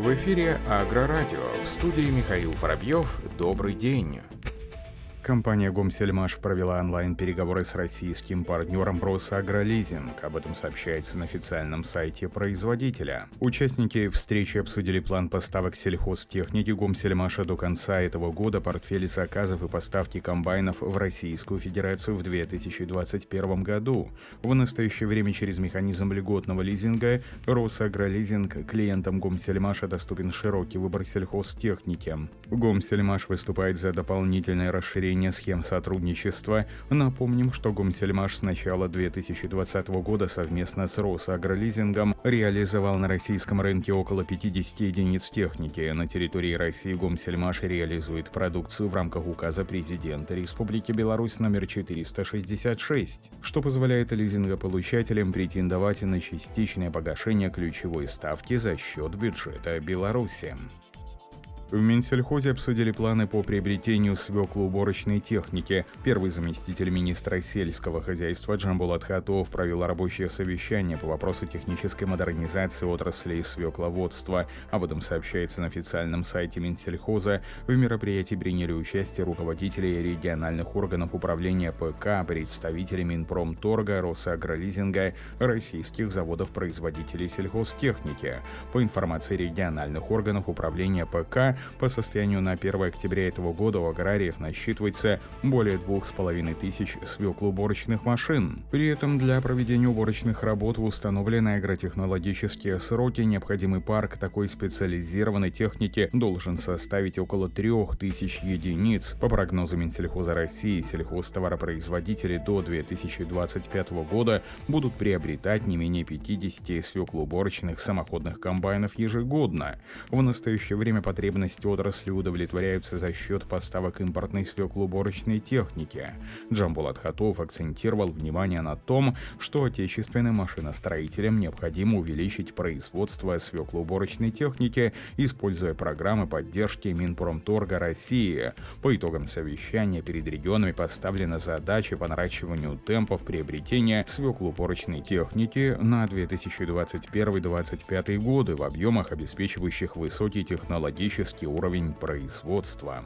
В эфире Агрорадио. В студии Михаил Воробьев. Добрый день. Компания «Гомсельмаш» провела онлайн-переговоры с российским партнером «Росагролизинг». Об этом сообщается на официальном сайте производителя. Участники встречи обсудили план поставок сельхозтехники «Гомсельмаша» до конца этого года, портфель заказов и поставки комбайнов в Российскую Федерацию в 2021 году. В настоящее время через механизм льготного лизинга «Росагролизинг» клиентам «Гомсельмаша» доступен широкий выбор сельхозтехники. «Гомсельмаш» выступает за дополнительное расширение схем сотрудничества. Напомним, что «Гомсельмаш» с начала 2020 года совместно с «Росагролизингом» реализовал на российском рынке около 50 единиц техники. На территории России «Гомсельмаш» реализует продукцию в рамках указа президента Республики Беларусь номер 466, что позволяет лизингополучателям претендовать на частичное погашение ключевой ставки за счет бюджета Беларуси. В Минсельхозе обсудили планы по приобретению свеклоуборочной техники. Первый заместитель министра сельского хозяйства Джамбулат Хатов провел рабочее совещание по вопросу технической модернизации отрасли свекловодства. Об этом сообщается на официальном сайте Минсельхоза. В мероприятии приняли участие руководители региональных органов управления ПК, представители Минпромторга, Росагролизинга, российских заводов-производителей сельхозтехники. По информации региональных органов управления ПК, по состоянию на 1 октября этого года у аграриев насчитывается более 2500 свеклоуборочных машин. При этом для проведения уборочных работ в установленные агротехнологические сроки необходимый парк такой специализированной техники должен составить около 3000 единиц. По прогнозу Минсельхоза России, сельхозтоваропроизводители до 2025 года будут приобретать не менее 50 свеклоуборочных самоходных комбайнов ежегодно. В настоящее время потребности отрасли удовлетворяются за счет поставок импортной свеклоуборочной техники. Джамбулат Хатов акцентировал внимание на том, что отечественным машиностроителям необходимо увеличить производство свеклоуборочной техники, используя программы поддержки Минпромторга России. По итогам совещания перед регионами поставлена задача по наращиванию темпов приобретения свеклоуборочной техники на 2021-2025 годы в объемах, обеспечивающих высокий технологический уровень производства.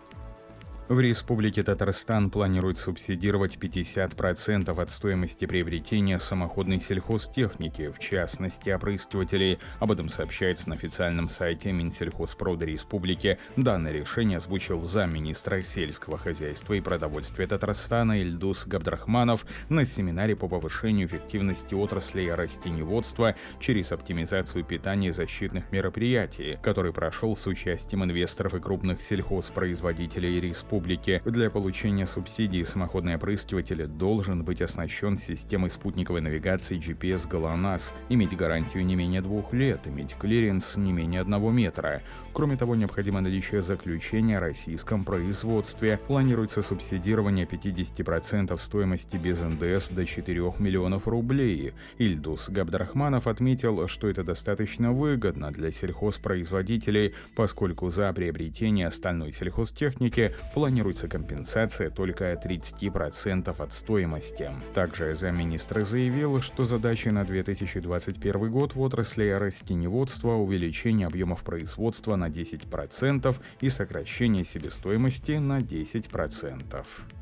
В Республике Татарстан планирует субсидировать 50% от стоимости приобретения самоходной сельхозтехники, в частности опрыскивателей. Об этом сообщается на официальном сайте Минсельхозпрода Республики. Данное решение озвучил замминистра сельского хозяйства и продовольствия Татарстана Ильдус Габдрахманов на семинаре по повышению эффективности отрасли растениеводства через оптимизацию питания и защитных мероприятий, который прошел с участием инвесторов и крупных сельхозпроизводителей республики. Для получения субсидий самоходный опрыскиватель должен быть оснащен системой спутниковой навигации GPS GLONASS, иметь гарантию не менее 2 лет, иметь клиренс не менее 1 метра. Кроме того, необходимо наличие заключения о российском производстве. Планируется субсидирование 50% стоимости без НДС до 4 миллионов рублей. Ильдус Габдрахманов отметил, что это достаточно выгодно для сельхозпроизводителей, поскольку за приобретение остальной сельхозтехники планируется компенсация только 30% от стоимости. Также замминистра заявил, что задача на 2021 год в отрасли растениеводства — увеличение объемов производства на 10% и сокращение себестоимости на 10%.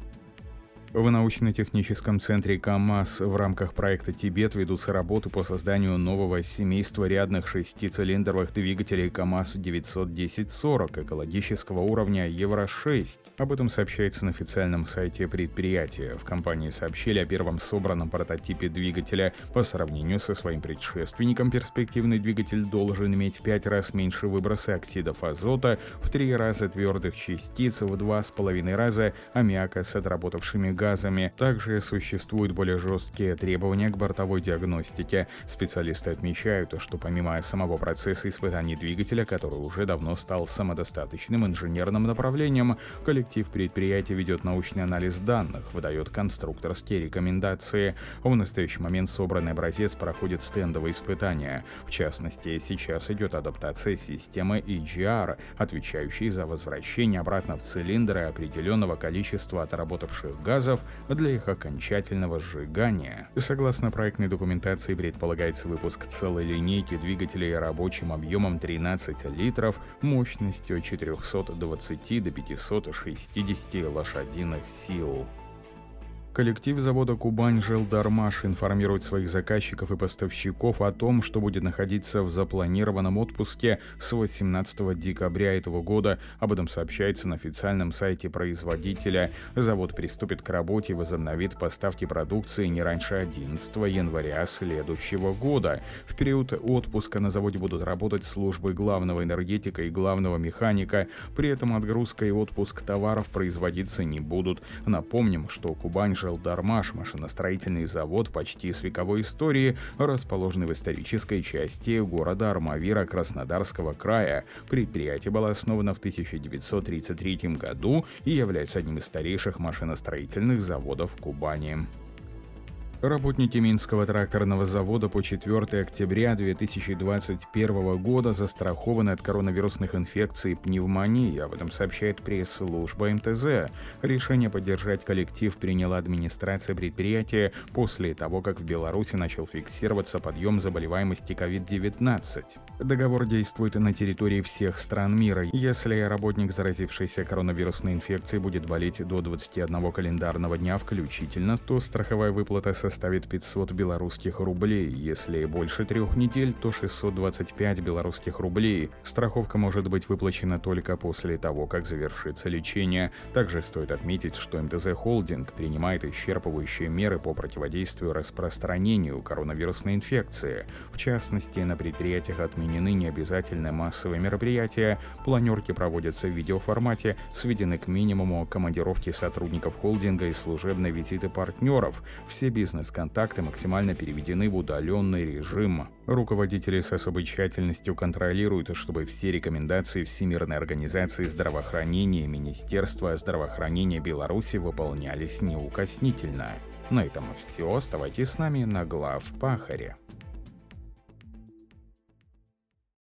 В научно-техническом центре КАМАЗ в рамках проекта «Тибет» ведутся работы по созданию нового семейства рядных 6-цилиндровых двигателей КАМАЗ-910-40 экологического уровня Евро-6. Об этом сообщается на официальном сайте предприятия. В компании сообщили о первом собранном прототипе двигателя. По сравнению со своим предшественником, перспективный двигатель должен иметь в 5 раз меньше выброса оксидов азота, в 3 раза твердых частиц, в 2,5 раза аммиака с отработавшими газами. Также существуют более жесткие требования к бортовой диагностике. Специалисты отмечают, что помимо самого процесса испытаний двигателя, который уже давно стал самодостаточным инженерным направлением, коллектив предприятия ведет научный анализ данных, выдает конструкторские рекомендации. В настоящий момент собранный образец проходит стендовые испытания. В частности, сейчас идет адаптация системы EGR, отвечающей за возвращение обратно в цилиндры определенного количества отработавших газов отходов для их окончательного сжигания. Согласно проектной документации, предполагается выпуск целой линейки двигателей рабочим объемом 13 литров, мощностью от 420 до 560 лошадиных сил. Коллектив завода «Кубань-Желдармаш» информирует своих заказчиков и поставщиков о том, что будет находиться в запланированном отпуске с 18 декабря этого года. Об этом сообщается на официальном сайте производителя. Завод приступит к работе и возобновит поставки продукции не раньше 11 января следующего года. В период отпуска на заводе будут работать службы главного энергетика и главного механика. При этом отгрузка и отпуск товаров производиться не будут. Напомним, что «Кубань-Желдармаш» — машиностроительный завод почти с вековой историей, расположенный в исторической части города Армавира Краснодарского края. Предприятие было основано в 1933 году и является одним из старейших машиностроительных заводов Кубани. Работники Минского тракторного завода по 4 октября 2021 года застрахованы от коронавирусных инфекций и пневмонии. Об этом сообщает пресс-служба МТЗ. Решение поддержать коллектив приняла администрация предприятия после того, как в Беларуси начал фиксироваться подъем заболеваемости COVID-19. Договор действует на территории всех стран мира. Если работник, заразившийся коронавирусной инфекцией, будет болеть до 21 календарного дня включительно, то страховая выплата составит 500 белорусских рублей. Если больше 3 недель, то 625 белорусских рублей. Страховка может быть выплачена только после того, как завершится лечение. Также стоит отметить, что МТЗ Холдинг принимает исчерпывающие меры по противодействию распространению коронавирусной инфекции. В частности, на предприятиях отменены необязательные массовые мероприятия, планерки проводятся в видеоформате, сведены к минимуму командировки сотрудников холдинга и служебные визиты партнеров. Все бизнес-контакты максимально переведены в удаленный режим. Руководители с особой тщательностью контролируют, чтобы все рекомендации Всемирной организации здравоохранения и Министерства здравоохранения Беларуси выполнялись неукоснительно. На этом все. Оставайтесь с нами на Главпахаре.